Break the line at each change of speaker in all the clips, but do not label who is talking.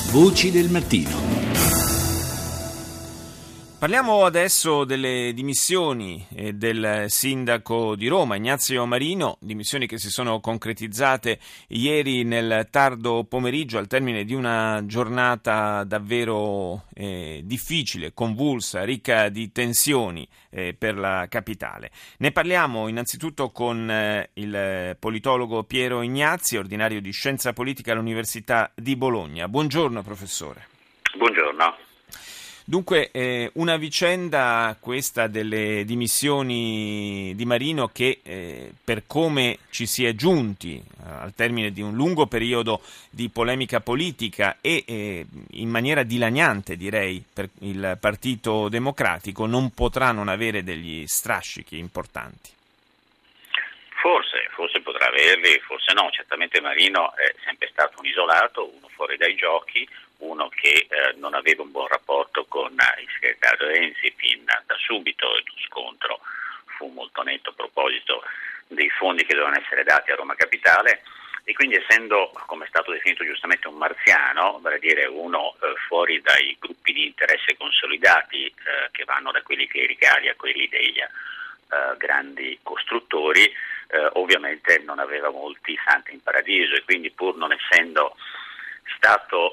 Voci del mattino.
Parliamo adesso delle dimissioni del sindaco di Roma, Ignazio Marino, dimissioni che si sono concretizzate ieri nel tardo pomeriggio al termine di una giornata davvero difficile, convulsa, ricca di tensioni per la capitale. Ne parliamo innanzitutto con il politologo Piero Ignazzi, ordinario di Scienza Politica all'Università di Bologna. Buongiorno professore.
Buongiorno.
Dunque, una vicenda questa delle dimissioni di Marino che per come ci si è giunti al termine di un lungo periodo di polemica politica e in maniera dilaniante direi per il Partito Democratico non potrà non avere degli strascichi importanti.
Forse potrà averli, forse no. Certamente Marino è sempre stato un isolato, uno fuori dai giochi, uno che non aveva un buon rapporto con il segretario Renzi fin da subito. Lo scontro fu molto netto a proposito dei fondi che dovevano essere dati a Roma Capitale, e quindi essendo, come è stato definito giustamente, un marziano, vale a dire uno fuori dai gruppi di interesse consolidati che vanno da quelli clericali a quelli degli grandi costruttori, ovviamente non aveva molti santi in paradiso, e quindi pur non essendo stato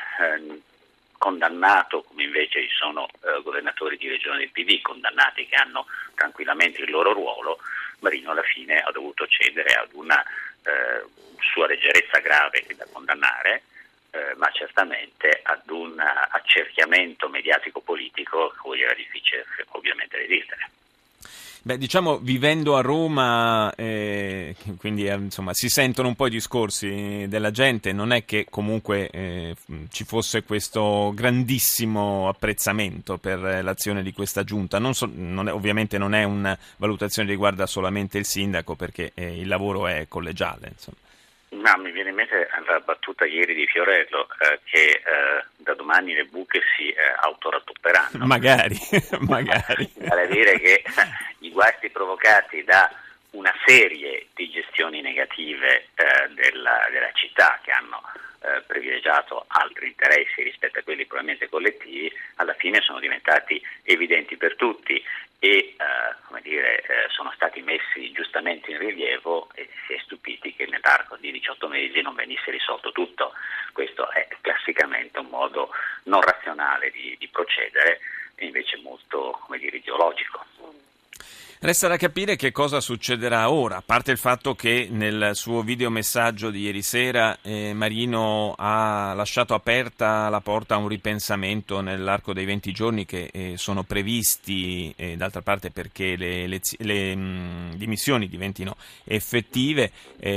condannato come invece ci sono governatori di regione del PD condannati che hanno tranquillamente il loro ruolo, Marino alla fine ha dovuto cedere ad una sua leggerezza grave da condannare, ma certamente ad un accerchiamento mediatico-politico cui era difficile ovviamente resistere.
Beh, diciamo, vivendo a Roma, quindi insomma si sentono un po' i discorsi della gente, non è che comunque ci fosse questo grandissimo apprezzamento per l'azione di questa giunta. Ovviamente non è una valutazione che riguarda solamente il sindaco, perché il lavoro è collegiale, insomma.
No, mi viene in mente la battuta ieri di Fiorello che da domani le buche si autorattopperanno.
Magari.
Vale a dire che i guasti provocati da una serie di gestioni negative della città che hanno privilegiato altri interessi rispetto a quelli probabilmente collettivi, alla fine sono diventati evidenti per tutti e sono stati messi giustamente in rilievo, e si è stupiti che nell'arco di 18 mesi non venisse risolto tutto. Questo è classicamente un modo non razionale di procedere, e invece molto ideologico.
Resta da capire che cosa succederà ora, a parte il fatto che nel suo videomessaggio di ieri sera Marino ha lasciato aperta la porta a un ripensamento nell'arco dei 20 giorni che sono previsti, d'altra parte perché le dimissioni diventino effettive.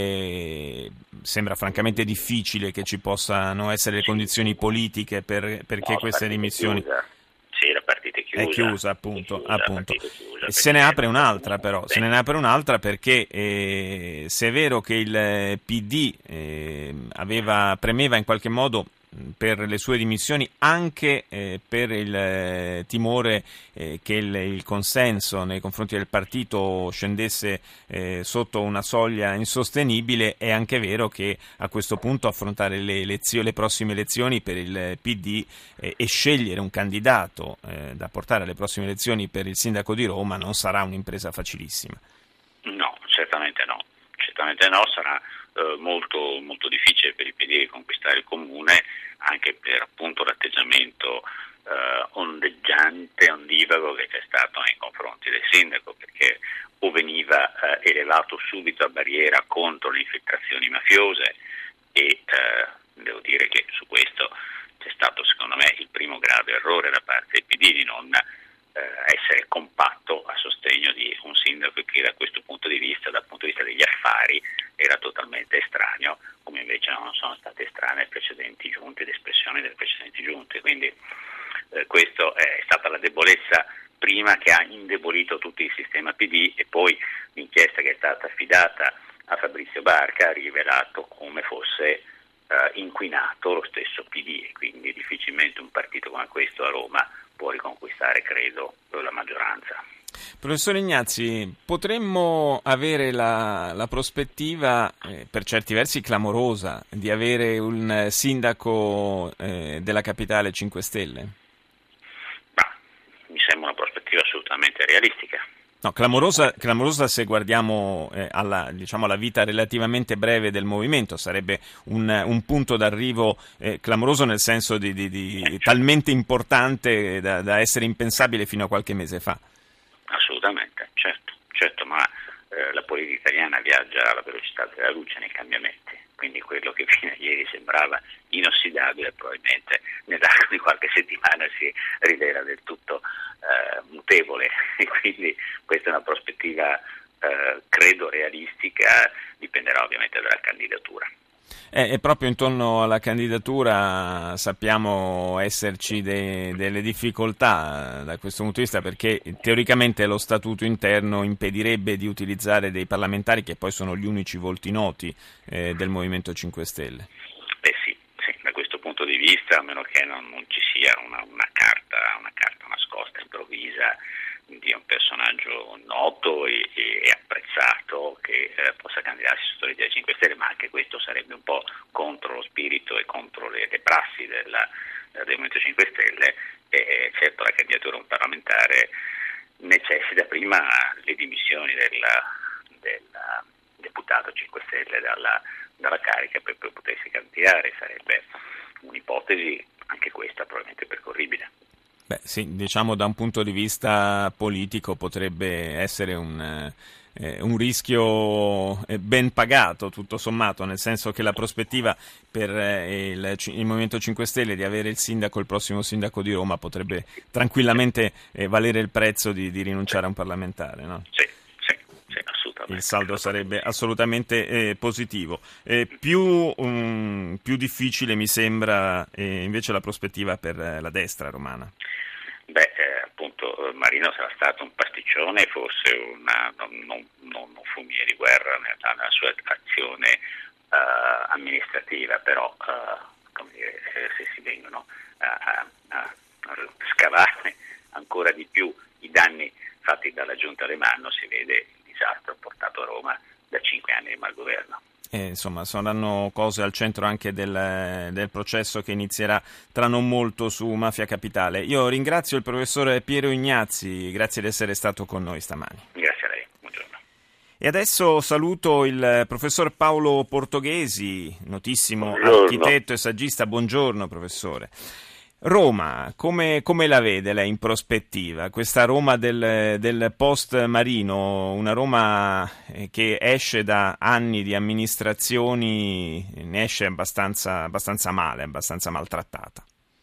Sembra francamente difficile che ci possano essere le condizioni politiche perché queste dimissioni...
Sì, la partita
è chiusa, appunto. Se ne apre un'altra perché se è vero che il PD premeva in qualche modo per le sue dimissioni anche per il timore che il consenso nei confronti del partito scendesse sotto una soglia insostenibile, è anche vero che a questo punto affrontare le prossime elezioni per il PD e scegliere un candidato da portare alle prossime elezioni per il sindaco di Roma non sarà un'impresa facilissima.
No, certamente no, sarà molto, molto difficile per il PD conquistare il comune, anche per appunto l'atteggiamento ondivago che c'è stato nei confronti del sindaco, perché o veniva elevato subito a barriera contro le infiltrazioni mafiose, e devo dire che su questo c'è stato secondo me il primo grave errore da parte del PD di non essere compatto a sostegno di un sindaco che dal punto di vista degli affari era totalmente estraneo, come invece non sono state estranee precedenti giunte ed espressioni delle precedenti giunte. Quindi questa è stata la debolezza prima, che ha indebolito tutto il sistema PD, e poi l'inchiesta che è stata affidata a Fabrizio Barca ha rivelato come fosse inquinato lo stesso PD, e quindi difficilmente un partito come questo a Roma può riconquistare, credo, la maggioranza.
Professor Ignazzi, potremmo avere la prospettiva, per certi versi clamorosa, di avere un sindaco della capitale 5 Stelle?
Ma mi sembra una prospettiva assolutamente realistica.
No, clamorosa se guardiamo alla vita relativamente breve del movimento, sarebbe un punto d'arrivo clamoroso nel senso di talmente importante da essere impensabile fino a qualche mese fa.
Assolutamente, certo, ma la politica italiana viaggia alla velocità della luce nei cambiamenti, quindi quello che fino a ieri sembrava inossidabile probabilmente nell'arco di qualche settimana si rivela del tutto mutevole, e quindi questa è una prospettiva credo realistica, dipenderà ovviamente dalla candidatura.
E proprio intorno alla candidatura sappiamo esserci delle difficoltà da questo punto di vista, perché teoricamente lo statuto interno impedirebbe di utilizzare dei parlamentari che poi sono gli unici volti noti del Movimento 5 Stelle.
Sì, da questo punto di vista, a meno che non ci sia una carta nascosta, improvvisa, di un personaggio noto e apprezzato che possa candidarsi sotto l'idea 5 Stelle, ma anche questo sarebbe un po' contro lo spirito e contro le prassi del Movimento 5 Stelle. Certo, la candidatura a un parlamentare necessita prima le dimissioni del deputato 5 Stelle dalla carica per poi potersi candidare, sarebbe un'ipotesi anche questa probabilmente percorribile.
Beh, sì, diciamo da un punto di vista politico potrebbe essere un rischio ben pagato, tutto sommato, nel senso che la prospettiva per il Movimento 5 Stelle di avere il prossimo sindaco di Roma potrebbe tranquillamente valere il prezzo di rinunciare a un parlamentare, no?
Sì, assolutamente.
Il saldo sarebbe assolutamente positivo. Più difficile mi sembra invece la prospettiva per la destra romana.
Appunto Marino sarà stato un pasticcione, forse non fumier di guerra nella sua azione amministrativa, però se si vengono a scavare ancora di più i danni fatti dalla Giunta Alemanno, si vede il disastro portato a Roma da 5 anni di malgoverno.
Insomma, saranno cose al centro anche del processo che inizierà tra non molto su Mafia Capitale. Io ringrazio il professor Piero Ignazzi, grazie di essere stato con noi stamani.
Grazie a lei, buongiorno.
E adesso saluto il professor Paolo Portoghesi, notissimo
Buongiorno.
Architetto e saggista. Buongiorno professore. Roma, come la vede lei in prospettiva? Questa Roma del post Marino, una Roma che esce da anni di amministrazioni, ne esce abbastanza male, abbastanza maltrattata.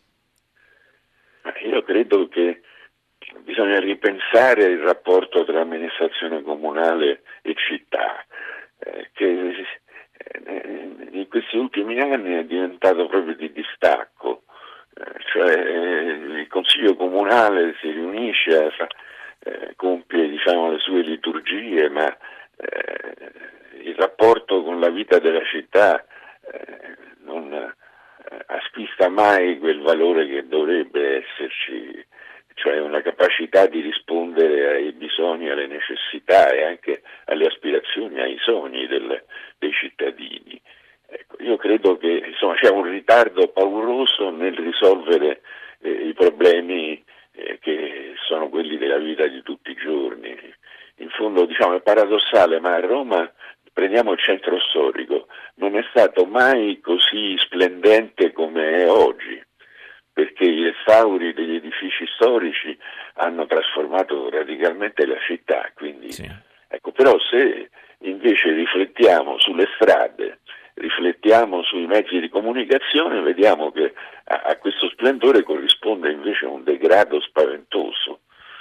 Io credo che bisogna ripensare il rapporto tra amministrazione comunale e città, che in questi ultimi anni è diventato proprio di distacco. Cioè il Consiglio Comunale si riunisce, compie le sue liturgie, ma il rapporto con la vita della città non acquista mai quel valore che dovrebbe esserci, cioè una capacità di rispondere ai bisogni, alle necessità e anche alle aspirazioni, ai sogni dei cittadini. Ecco, io credo che c'è un ritardo pauroso nel risolvere i problemi che sono quelli della vita di tutti i giorni. In fondo è paradossale, ma a Roma, prendiamo il centro storico, non è stato mai così splendente come è oggi, perché i restauri degli edifici storici hanno trasformato radicalmente la città. Quindi,
sì.
Ecco, però se invece riflettiamo sulle strade, riflettiamo sui mezzi di comunicazione, vediamo che a questo splendore corrisponde invece un degrado spaventoso.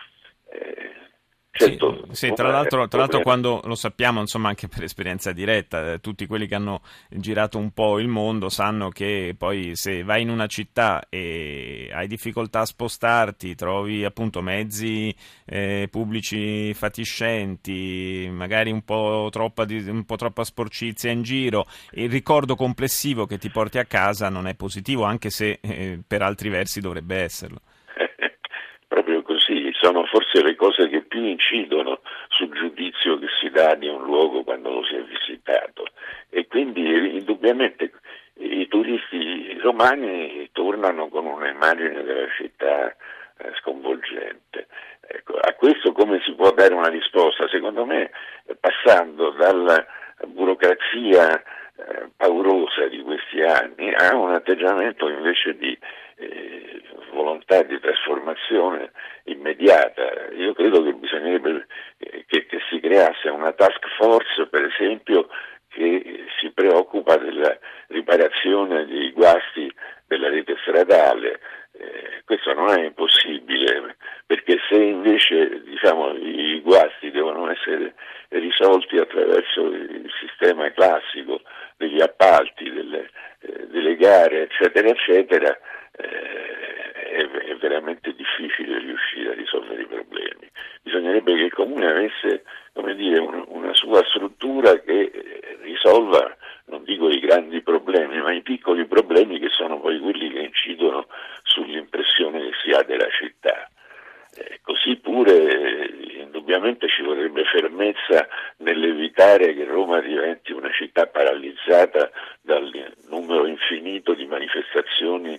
Certo,
sì, tra l'altro quando lo sappiamo, insomma, anche per esperienza diretta, tutti quelli che hanno girato un po' il mondo sanno che poi se vai in una città e hai difficoltà a spostarti, trovi appunto mezzi pubblici fatiscenti, magari un po' troppa sporcizia in giro, il ricordo complessivo che ti porti a casa non è positivo, anche se per altri versi dovrebbe esserlo.
Proprio così, sono forse forse le cose che più incidono sul giudizio che si dà di un luogo quando lo si è visitato, e quindi indubbiamente i turisti romani tornano con un'immagine della città sconvolgente. Ecco, a questo come si può dare una risposta? Secondo me passando dalla burocrazia paurosa di questi anni a un atteggiamento invece di volontà di trasformazione immediata. Io credo che bisognerebbe che si creasse una task force, per esempio, che si preoccupa della riparazione dei guasti della rete stradale. Questo non è impossibile, perché se invece i guasti devono essere risolti attraverso il sistema classico degli appalti, delle gare, eccetera, eccetera, è veramente difficile riuscire a risolvere i problemi. Bisognerebbe che il Comune avesse, una sua struttura che risolva, non dico i grandi problemi, ma i piccoli problemi che sono poi quelli che incidono sull'impressione che si ha della città. Così pure indubbiamente ci vorrebbe fermezza nell'evitare che Roma diventi una città paralizzata dal numero infinito di manifestazioni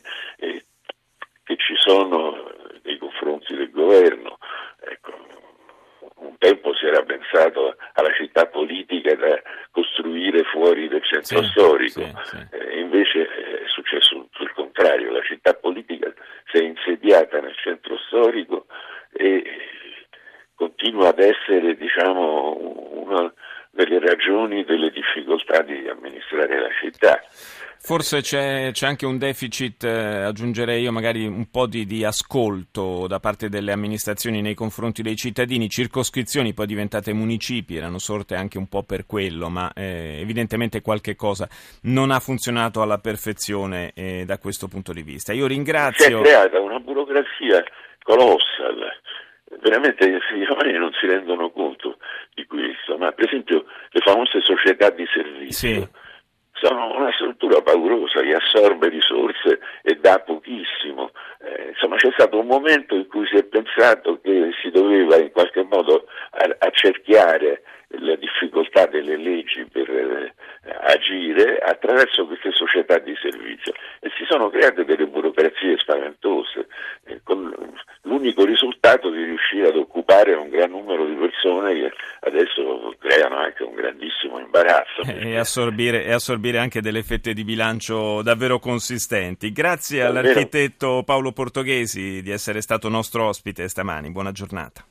che ci sono nei confronti del governo. Ecco, un tempo si era pensato alla città politica da costruire fuori del centro storico, invece è successo tutto il contrario, la città politica si è insediata nel centro storico e continua ad essere una delle ragioni delle difficoltà di amministrare la città.
Forse c'è anche un deficit, aggiungerei io, magari un po' di ascolto da parte delle amministrazioni nei confronti dei cittadini. Circoscrizioni poi diventate municipi, erano sorte anche un po' per quello, ma evidentemente qualche cosa non ha funzionato alla perfezione da questo punto di vista. Io ringrazio...
Si è creata una burocrazia colossal, veramente i romani non si rendono conto di questo, ma per esempio le famose società di servizio sono una struttura paurosa che assorbe risorse e dà pochissimo. C'è stato un momento in cui si è pensato che si doveva in qualche modo accerchiare la difficoltà delle leggi per agire attraverso queste società di servizio e si sono create delle burocrazie spaventose, con l'unico risultato di riuscire ad occupare un gran numero di persone che adesso creano anche un grandissimo imbarazzo.
E assorbire anche delle fette di bilancio davvero consistenti. Grazie all'architetto Paolo Portoghesi di essere stato nostro ospite stamani. Buona giornata.